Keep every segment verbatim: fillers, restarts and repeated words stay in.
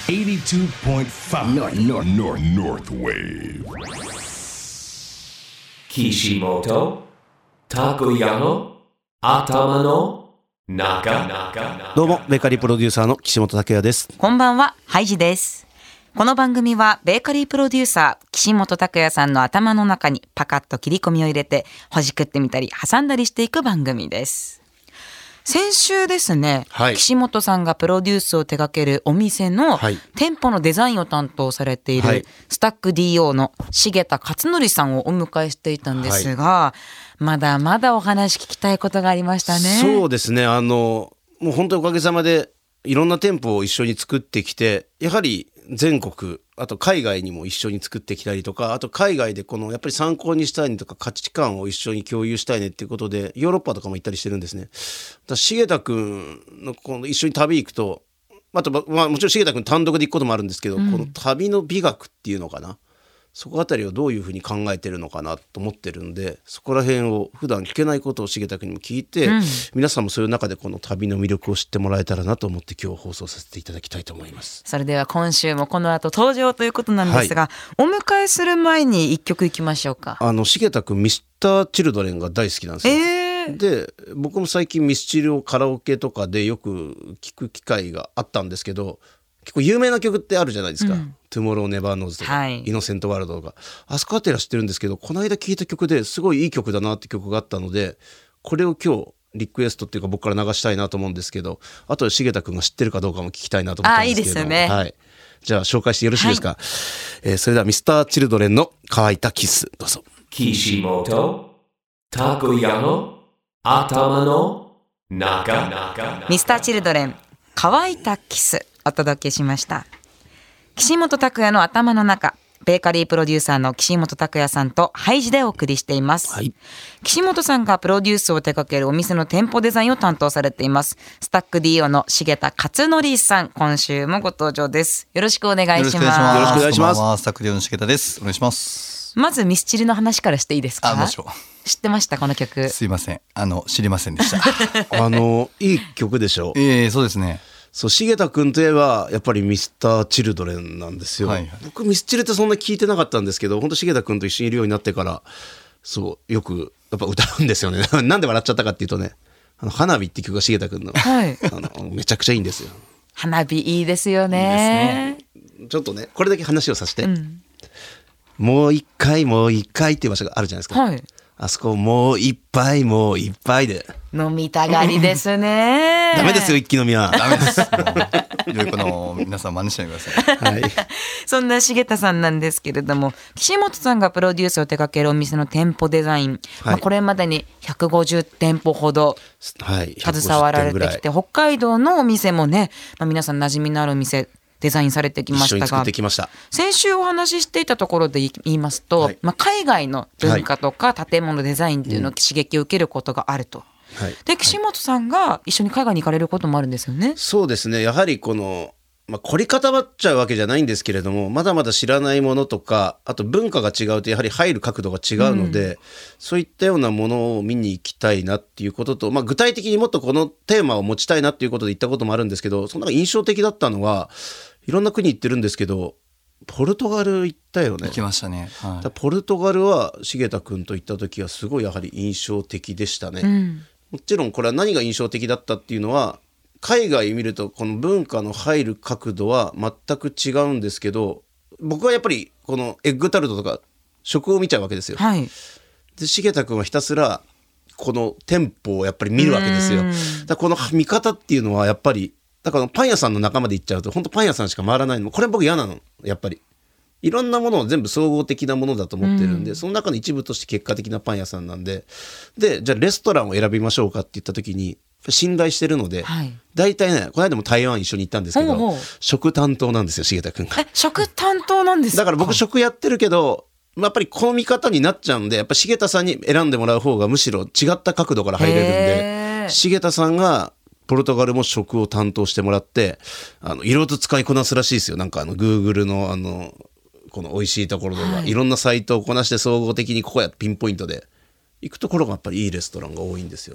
エイティツーポイントファイブ North, North, North Wave 岸本拓也の頭の中。 どうもベーカリープロデューサーの岸本拓也です。 こんばんは、ハイジです。この番組はベーカリープロデューサー岸本拓也さんの頭の中にパカッと切り込みを入れてほじくってみたり挟んだりしていく番組です。先週ですね、はい、岸本さんがプロデュースを手掛けるお店の店舗のデザインを担当されている、はい、スタック ディーオー の重田勝則さんをお迎えしていたんですが、はい、まだまだお話聞きたいことがありましたね。 そうですね、あのもう本当におかげさまでいろんな店舗を一緒に作ってきて、やはり全国あと海外にも一緒に作ってきたりとか、あと海外でこのやっぱり参考にしたいねとか価値観を一緒に共有したいねっていうことでヨーロッパとかも行ったりしてるんですね。だ重田くんのこの一緒に旅行くと、あと、まあ、もちろん重田くん単独で行くこともあるんですけど、うん、この旅の美学っていうのかな、そこあたりをどういうふうに考えてるのかなと思ってるんで、そこら辺を普段聞けないことを重田君にも聞いて、うん、皆さんもそういう中でこの旅の魅力を知ってもらえたらなと思って今日放送させていただきたいと思います。 それでは今週もこの後登場ということなんですが、はい、お迎えする前に一曲いきましょうか。 あの重田君ミスターチルドレンが大好きなんですよ、えー、で僕も最近ミスチルをカラオケとかでよく聞く機会があったんですけど、結構有名な曲ってあるじゃないですか、うん、トゥモローネバーノーズとか、はい、イノセントワールドとか、あそこあたりは知ってるんですけど、この間聴いた曲ですごいいい曲だなって曲があったので、これを今日リクエストっていうか僕から流したいなと思うんですけど、あとで重田くんが知ってるかどうかも聞きたいなと思ったんですけど、 あ、いいですよね、 はい、じゃあ紹介してよろしいですか、はい、えー、それではミスターチルドレンの乾いたキス、どうぞ。 岸本拓也の頭の中。 ミスターチルドレン乾いたキスお届けしました。岸本拓也の頭の中、ベーカリープロデューサーの岸本拓也さんとハイジでお送りしています、はい、岸本さんがプロデュースを手掛けるお店の店舗デザインを担当されていますスタック ディーオー の重田勝則さん、今週もご登場です。よろしくお願いします。 よろしくお願いします。 こんばんは、スタック ディーオー の重田です。お願いします。 まずミスチルの話からしていいですか。 あ、どうしよう。 知ってましたこの曲。 すいません、あの知りませんでしたあのいい曲でしょ。 えー、そうですね。 そう重田君といえばやっぱりミスターチルドレンなんですよ、はいはい、僕ミスチルってそんな聞いてなかったんですけど、本当重田君と一緒にいるようになってからそうよくやっぱ歌うんですよねなんで笑っちゃったかっていうとね、あの花火って曲が重田君の、はい、あのめちゃくちゃいいんですよ。 花火いいですよね。 いいですね。ちょっとねこれだけ話をさせて、うん、もう一回もう一回っていう場所があるじゃないですか、はい、あそこもう一杯もう一杯で飲みたがりですねダメですよ一気飲みはダメですよくの皆さん真似しないでください、はい、 そんな重田さんなんですけれども、岸本さんがプロデュースを手掛けるお店の店舗デザイン、はい、まあ、これまでにひゃくごじゅってんぽほど携わられてきて、北海道のお店もね、まあ、皆さん馴染みのあるお店デザインされてきましたが、 一緒に作ってきました。 先週お話ししていたところで言いますと、はい、まあ、海外の文化とか建物デザインっていうのを刺激を受けることがあると、はい、で岸本さんが一緒に海外に行かれることもあるんですよね。 そうですね、やはりこの、まあ、凝り固まっちゃうわけじゃないんですけれども、まだまだ知らないものとか、あと文化が違うとやはり入る角度が違うので、うん、そういったようなものを見に行きたいなっていうことと、まあ、具体的にもっとこのテーマを持ちたいなっていうことで言ったこともあるんですけど、その中印象的だったのはいろんな国行ってるんですけど、ポルトガル行ったよね。 行きましたね、はい、 ポルトガルは重田君と行った時はすごいやはり印象的でしたね、うん、もちろんこれは何が印象的だったっていうのは、海外見るとこの文化の入る角度は全く違うんですけど、僕はやっぱりこのエッグタルトとか食を見ちゃうわけですよ、はい、で重田君はひたすらこの店舗をやっぱり見るわけですよ。だからこの見方っていうのはやっぱり、だからパン屋さんの仲間で行っちゃうと本当パン屋さんしか回らないの、これ僕嫌なの。やっぱりいろんなものを全部総合的なものだと思ってるんで、うん、その中の一部として結果的なパン屋さんなんで、でじゃあレストランを選びましょうかって言った時に信頼してるので、はい、大体ね、この間も台湾一緒に行ったんですけど、ほうほう、食担当なんですよ重田君が。 え、食担当なんですか。 だから僕食やってるけどやっぱりこの見方になっちゃうんで、やっぱ重田さんに選んでもらう方がむしろ違った角度から入れるんで、重田さんがポルトガルも食を担当してもらって、あのいろいろと使いこなすらしいですよ。なんかあの Google のあのこの美味しいところとか、はい、いろんなサイトをこなして総合的にここやピンポイントで行くところがやっぱりいいレストランが多いんですよね。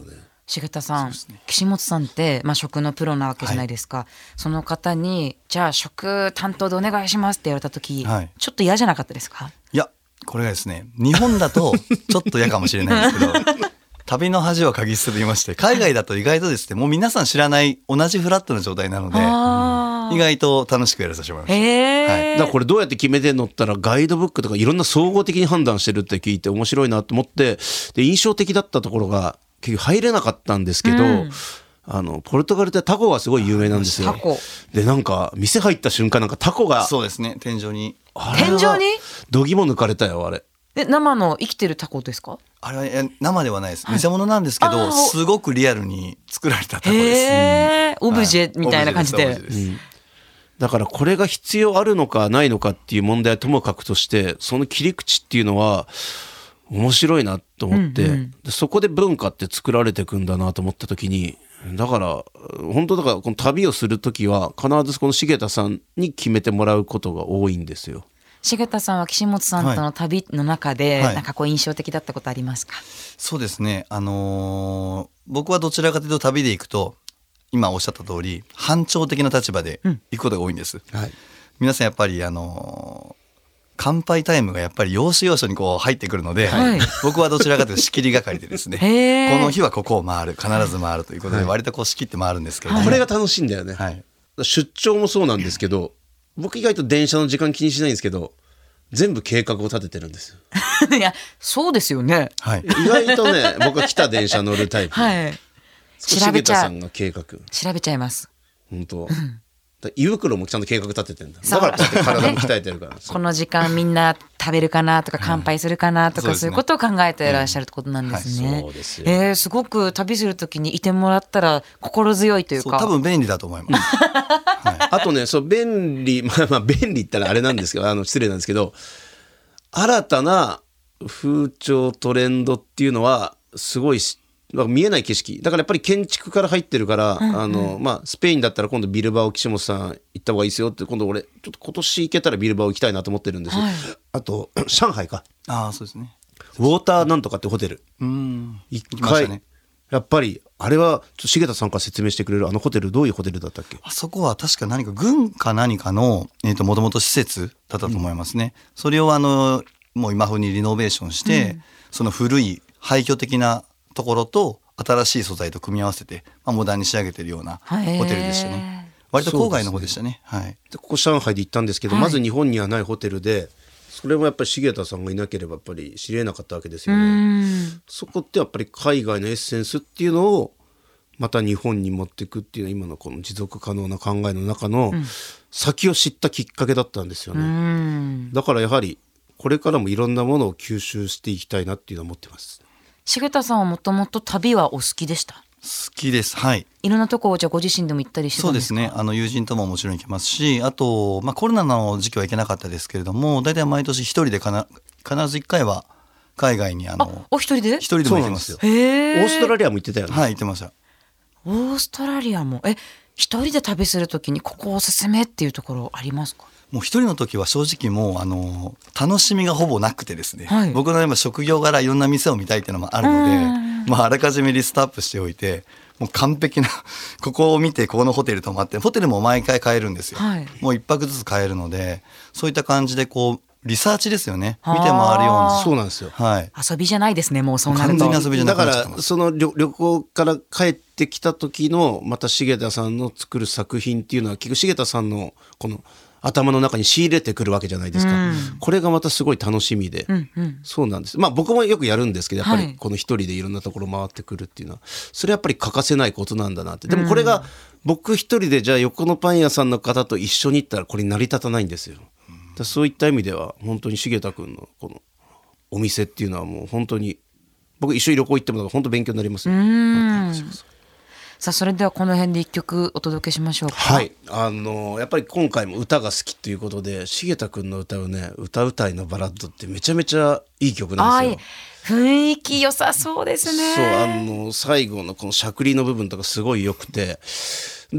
重田さん、ね、岸本さんって、まあ、食のプロなわけじゃないですか、はい、その方にじゃあ食担当でお願いしますって言われた時、はい、ちょっと嫌じゃなかったですか？ いやこれがですね、日本だとちょっと嫌かもしれないんですけど旅の恥は鍵すと言いまして、海外だと意外とですね、もう皆さん知らない同じフラットな状態なので意外と楽しくやらさせてもらいました。 へー、 はい、 だからこれどうやって決めてんのったらガイドブックとかいろんな総合的に判断してるって聞いて面白いなと思って、で印象的だったところが結局入れなかったんですけど、うん、あのポルトガルってタコがすごい有名なんですよ。 タコでなんか店入った瞬間なんかタコがそうですね、天井に天井にどぎも抜かれたよあれ。 え生の生きてるタコですか？ あれは生ではないです、偽物なんですけどすごくリアルに作られたタコです。 へー、オブジェみたいな感じで、はい、でうん、だからこれが必要あるのかないのかっていう問題はともかくとして、その切り口っていうのは面白いなと思って、うんうん、でそこで文化って作られていくんだなと思った時に、だから本当だからこの旅をする時は必ずこの重田さんに決めてもらうことが多いんですよ。 重田さんは岸本さんとの旅の中で、 はい、 なんかこう印象的だったことありますか？ そうですね、あのー、僕はどちらかというと旅で行くと今おっしゃった通り班長的な立場で行くことが多いんです、うん、はい、皆さんやっぱりあのー乾杯タイムがやっぱり要所要所にこう入ってくるので、はい、僕はどちらかというと仕切り係でですねこの日はここを回る、必ず回るということで割とこう仕切って回るんですけど、 はい、これが楽しいんだよね、はい、出張もそうなんですけど僕意外と電車の時間気にしないんですけど全部計画を立ててるんですよいやそうですよね、 はい、意外とね僕が来た電車乗るタイプ、はい、調べちゃう、重田さんが計画調べちゃいます。 本当胃袋もちゃんと計画立ててんだ。だからこうやって体も鍛えてるからこの時間みんな食べるかなとか乾杯するかなとか、はい、そういうことを考えていらっしゃるってことなんですね、うんはい、そうですよ。えー、すごく旅するときにいてもらったら心強いというか、 そう多分便利だと思います、 はい、あとねそう便利まあまあ便利って言ったらあれなんですけどあの失礼なんですけど新たな風潮トレンドっていうのはすごい見えない景色だからやっぱり建築から入ってるから、うんうん、あのまあ、スペインだったら今度ビルバオ岸本さん行った方がいいですよって今度俺ちょっと今年行けたらビルバオ行きたいなと思ってるんですよ、はい、あと上海かあそうですねウォーターなんとかってホテルうん一回、ね、やっぱりあれはちょっと重田さんから説明してくれるあのホテルどういうホテルだったっけ？ あそこは確か何か軍か何かのもともと施設だったと思いますね、うん、それをあのもう今風にリノベーションして、うん、その古い廃墟的なところと新しい素材と組み合わせて、まあ、モダンに仕上げてるようなホテルでしたね。割と郊外の方でしたね。はい、 でここ上海で行ったんですけど、はい、まず日本にはないホテルでそれもやっぱり重田さんがいなければやっぱり知り得なかったわけですよね。そこってやっぱり海外のエッセンスっていうのをまた日本に持っていくっていうのは今のこの持続可能な考えの中の先を知ったきっかけだったんですよね。だからやはりこれからもいろんなものを吸収していきたいなっていうのは思ってます。 重田さんはもともと旅はお好きでした？ 好きです。はい。 いろんなとこをじゃあご自身でも行ったりしてたんですか？ そうですね。あの友人とももちろん行きますし、あと、まあ、コロナの時期は行けなかったですけれども、大体毎年一人でかな必ず一回は海外にあのあお一人で一人でも行きますよ。 へー。オーストラリアも行ってたよね。 はい、行ってました。 オーストラリアもえ一人で旅するときにここおすすめっていうところありますか？ もう一人の時は正直もうあの楽しみがほぼなくてですね、はい、僕の今職業柄いろんな店を見たいっていうのもあるので、まあ、あらかじめリストアップしておいてもう完璧なここを見てここのホテル泊まってホテルも毎回買えるんですよ、はい、もう一泊ずつ買えるのでそういった感じでこうリサーチですよね見て回るような。 そうなんですよ、 はい、 遊びじゃないですねもうそうなると完全に遊びじゃなくなっちゃってます。 だからその 旅, 旅行から帰ってきた時のまた重田さんの作る作品っていうのは結局重田さんのこの頭の中に仕入れてくるわけじゃないですか、うん、これがまたすごい楽しみで、うんうん、そうなんです。まあ僕もよくやるんですけどやっぱりこの一人でいろんなところ回ってくるっていうのはそれやっぱり欠かせないことなんだなって。でもこれが僕一人でじゃあ横のパン屋さんの方と一緒に行ったらこれ成り立たないんですよ。だそういった意味では本当に重田君のこのお店っていうのはもう本当に僕一緒に旅行行っても本当勉強になりますよ。うんさあそれではこの辺で一曲お届けしましょうか。 はい、あのやっぱり今回も歌が好きということで重田くんの歌うね歌うたいのバラッドってめちゃめちゃいい曲なんですよ。 雰囲気良さそうですね。 そうあの最後のこのしゃくりの部分とかすごい良くてで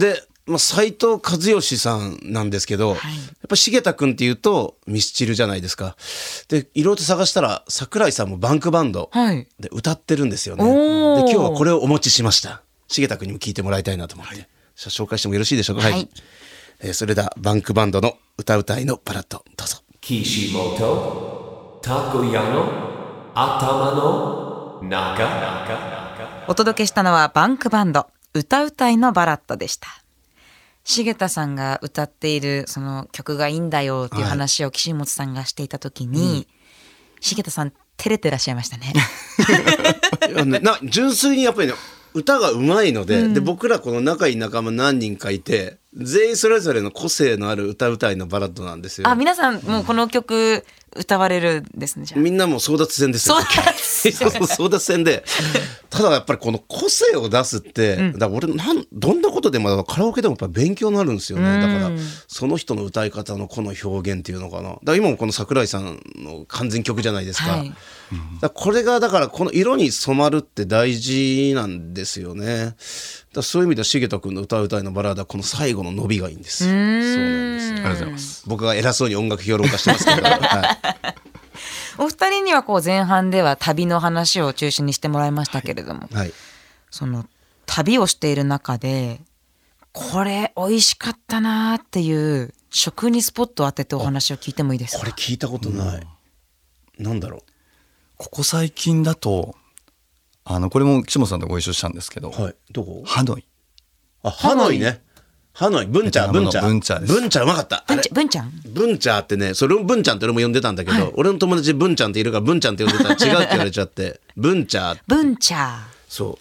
まあ、斉藤和義さんなんですけど、はい、やっぱ重田君っていうとミスチルじゃないですか。でいろいろと探したら桜井さんもバンクバンドで歌ってるんですよね、はい、で今日はこれをお持ちしました。重田君にも聞いてもらいたいなと思って、はい、紹介してもよろしいでしょうか。はい、はい、えー、それではバンクバンドの歌うたいのバラッドどうぞ。 岸本拓也の頭の中。 お届けしたのはバンクバンド歌うたいのバラッドでした。重田さんが歌っているその曲がいいんだよっていう話を岸本さんがしていた時に、はい、重田さん照れてらっしゃいましたね。 いやね、な純粋にやっぱりね歌がうまいので、うん、で僕らこの仲いい仲間何人かいて全員それぞれの個性のある歌うたいのバラッドなんですよ。 あ、皆さんもうこの曲歌われるんですね。じゃあみんなもう争奪戦ですよ。争奪戦でただやっぱりこの個性を出すって、うん、だから俺なんどんなことでもカラオケでもやっぱ勉強になるんですよね。だからその人の歌い方のこの表現っていうのかな。だから今もこの桜井さんの完全曲じゃないですか、はい、だからこれがだからこの色に染まるって大事なんですよね。だからそういう意味では重田君の歌うたいのバラードはこの最後の伸びがいいんですよ。そうなんですよ。ありがとうございます。僕が偉そうに音楽評論家してますけど、はい、 お二人にはこう前半では旅の話を中心にしてもらいましたけれども、はいはい、その旅をしている中でこれ美味しかったなっていう食にスポットを当ててお話を聞いてもいいですか。 これ聞いたことない、うん、なんだろう。 ここ最近だとあのこれも岸本さんとご一緒したんですけど、 はい、どこ？ ハノイ。 あ、ハノイね。ハノイ、ブンチャー、ブンチャー。 ブンチャーです。 ブンチャーうまかった。 ブンチャー、ブンチャーブンチャーってね、それをブンちゃんって俺も呼んでたんだけど、はい、俺の友達ブンちゃんっているからブンちゃんって呼んでたら違うって言われちゃって、ブンチャー。 ブンチャー。 そう。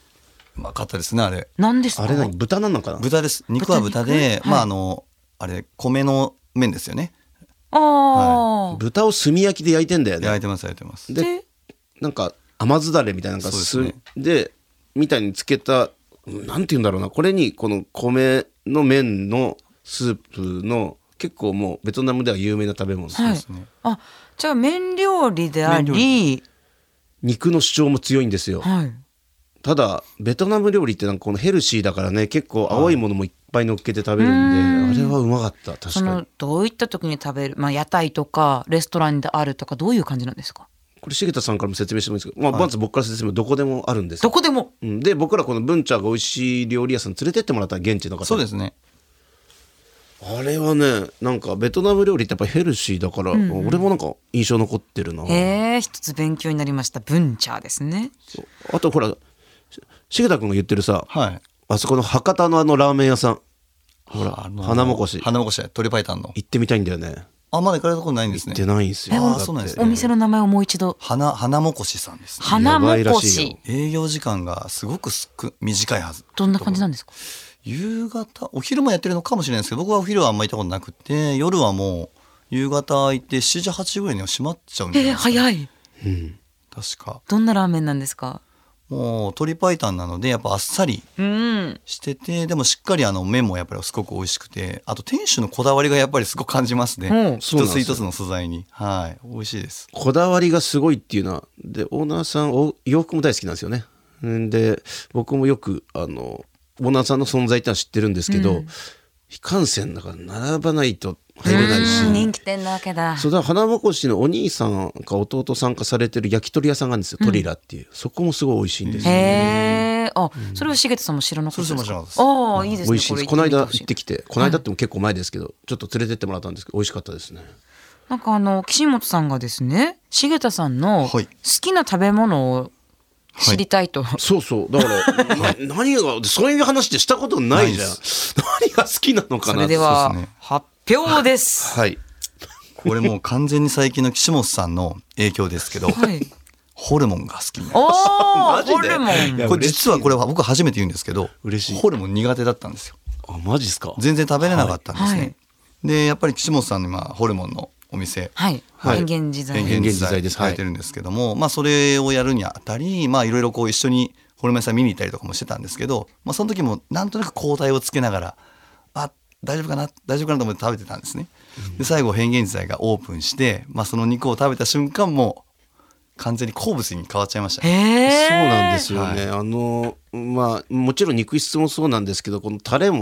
うまかったですね、あれ。 何ですか？ あれ何？豚なのかな？ 豚です。肉は豚で、豚まああの、あれ、米の麺ですよね。 ああ、 はい。豚を炭焼きで焼いてんだよね。 焼いてます、焼いてます。 で、なんか甘酢だれみたいな、なんか酢で、ね、みたいにつけた、なんて言うんだろうな、これにこの米の麺のスープの結構もうベトナムでは有名な食べ物ですね、はい、 あ、じゃあ麺料理であり肉の主張も強いんですよ、はい、ただベトナム料理ってなんかこのヘルシーだからね、結構青いものもいっぱい乗っけて食べるんで、あれはうまかった。確かに。 そのどういった時に食べる、まあ、屋台とかレストランであるとかどういう感じなんですか？ これ重田さんからも説明してもいいですけど、まあ、まず僕から説明どこでもあるんですよ。 どこでも、 うん、で僕らこのブンチャーが美味しい料理屋さん連れてってもらった現地の方。 そうですね。 あれはね、なんかベトナム料理ってやっぱヘルシーだから、うんうん、俺もなんか印象残ってるな。 へえ、一つ勉強になりました。ブンチャーですね。 そうあとほら重田君が言ってるさ、 はい、 あそこの博多のあのラーメン屋さん、ほら、 あのー、 花もこし花もこし鶏白湯の行ってみたいんだよね。 あ、まだ行かれたことないんですね。 行ってないんですよ。 あ、そうなんですね。お店の名前をもう一度。 花花もこしさんです、ね、 花もこし。 営業時間がすごくすく短いはず。 どんな感じなんですか？ 夕方、お昼もやってるのかもしれないですけど、僕はお昼はあんまり行ったことなくて、夜はもう夕方行ってしちじはちじぐらいには閉まっちゃうんじゃないですか。 えー、早い、 うん、 確か。 どんなラーメンなんですか？ もう鶏白湯なのでやっぱあっさりしてて、うん、でもしっかりあの麺もやっぱりすごく美味しくて、あと店主のこだわりがやっぱりすごく感じますね、うん、一つ一つの素材に、はい、美味しいです。 こだわりがすごいっていうのはで、オーナーさんお洋服も大好きなんですよね。で僕もよくあのオーナーさんの存在ってのは知ってるんですけど、うん、非幹線だから並ばないと入れないし、 人気店なわけだ。 そうだ、花もこしのお兄さんか弟さんかされてる焼き鳥屋さんがあるんですよ、トリラっていう、うん、そこもすごい美味しいんですよ。 へー、あ、それは重田さんも知らなかったですか？ それも知らなかったです。 ああ、いいですね。 美味しいです。この間行ってきて、この間っても結構前ですけど、はい、ちょっと連れてってもらったんですけど美味しかったですね。 なんかあの岸本さんがですね、重田さんの好きな食べ物を知りたいと、 はい、そうそう、だから何がそういう話ってしたことないじゃん。何が好きなのかな。 それでは発表です。 はい、 これもう完全に最近の岸本さんの影響ですけど、はい、ホルモンが好きになりました。 マジで？ホルモン。 これ実はこれは僕初めて言うんですけど、 嬉しい。 ホルモン苦手だったんですよ。 あ、マジですか？ 全然食べれなかったんですね、はい、でやっぱり岸本さんの今ホルモンのお店、 はい、はい、変幻自在変幻自在です。入ってるんですけども、はい、まあそれをやるにあたり、まあいろいろこう一緒にホルモン屋さん見に行ったりとかもしてたんですけど、まあその時もなんとなく交代をつけながら、あ、大丈夫かな大丈夫かなと思って食べてたんですね。で最後変幻自在がオープンして、まあその肉を食べた瞬間もう完全に好物に変わっちゃいました、 ね。そうなんですよね。はい、あのまあもちろん肉質もそうなんですけど、このタレも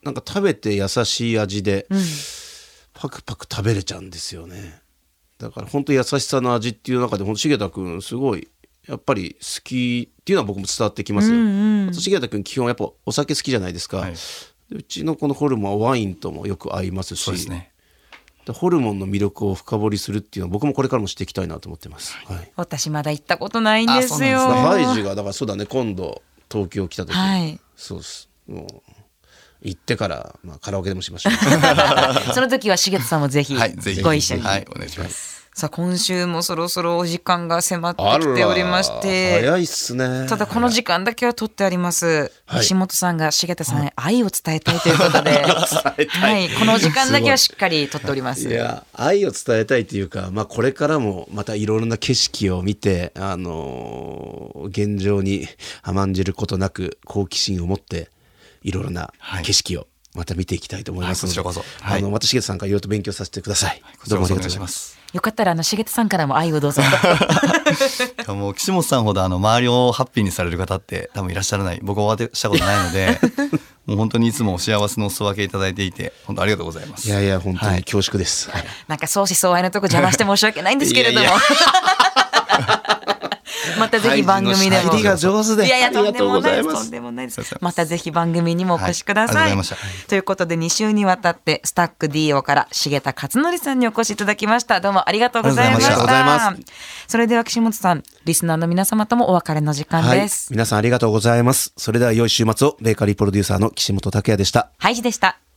なんか食べて優しい味で、うん、パクパク食べれちゃうんですよね。だから本当優しさの味っていう中で本当重田くんすごいやっぱり好きっていうのは僕も伝わってきますよ。うんうん、重田くん基本やっぱお酒好きじゃないですか。はい、うちのこのホルモンはワインともよく合いますし、そうですね、ホルモンの魅力を深掘りするっていうのは僕もこれからもしていきたいなと思ってます。はい、 私まだ行ったことないんですよ。 ハイジがだからそうだね、今度東京来た時、はい、そうですもう行ってから、まあ、カラオケでもしましょう。 その時は重田さんもぜひご一緒に、 はい、お願いします。 さあ今週もそろそろお時間が迫ってきておりまして、 早いっすね。 ただこの時間だけは取ってあります。はい、西本さんが重田さんへ愛を伝えたいということで、はい、この時間だけはしっかり取っております。 いや愛を伝えたいというか、まあ、これからもまたいろいろな景色を見て、あのー、現状に甘んじることなく好奇心を持っていろいろな景色をまた見ていきたいと思いますので、はい、こちらこそ、はい、あのまた重田さんからいろいろと勉強させてください。はい、どうもありがとうございます。 よかったらあの重田さんからも愛をどうぞ。 もう岸本さんほどあの周りをハッピーにされる方って多分いらっしゃらない。僕はお会いしたことないのでもう本当にいつもお幸せのお裾分けいただいていて本当ありがとうございます。 いやいや本当に恐縮です。はい、 なんか相思相愛のとこ邪魔して申し訳ないんですけれども。いやいやまたぜひ番組でも。 入りが上手で。 いやいやとんでもないです。とんでもないです。またぜひ番組にもお越しください。はい、ありがとうございました。ということでに週にわたってスタック ディーオー から重田勝則さんにお越しいただきました。どうもありがとうございました。ありがとうございます。それでは岸本さん、リスナーの皆様ともお別れの時間です。 はい、皆さんありがとうございます。それでは良い週末を。ベーカリープロデューサーの岸本拓也でした。 ハイジでした。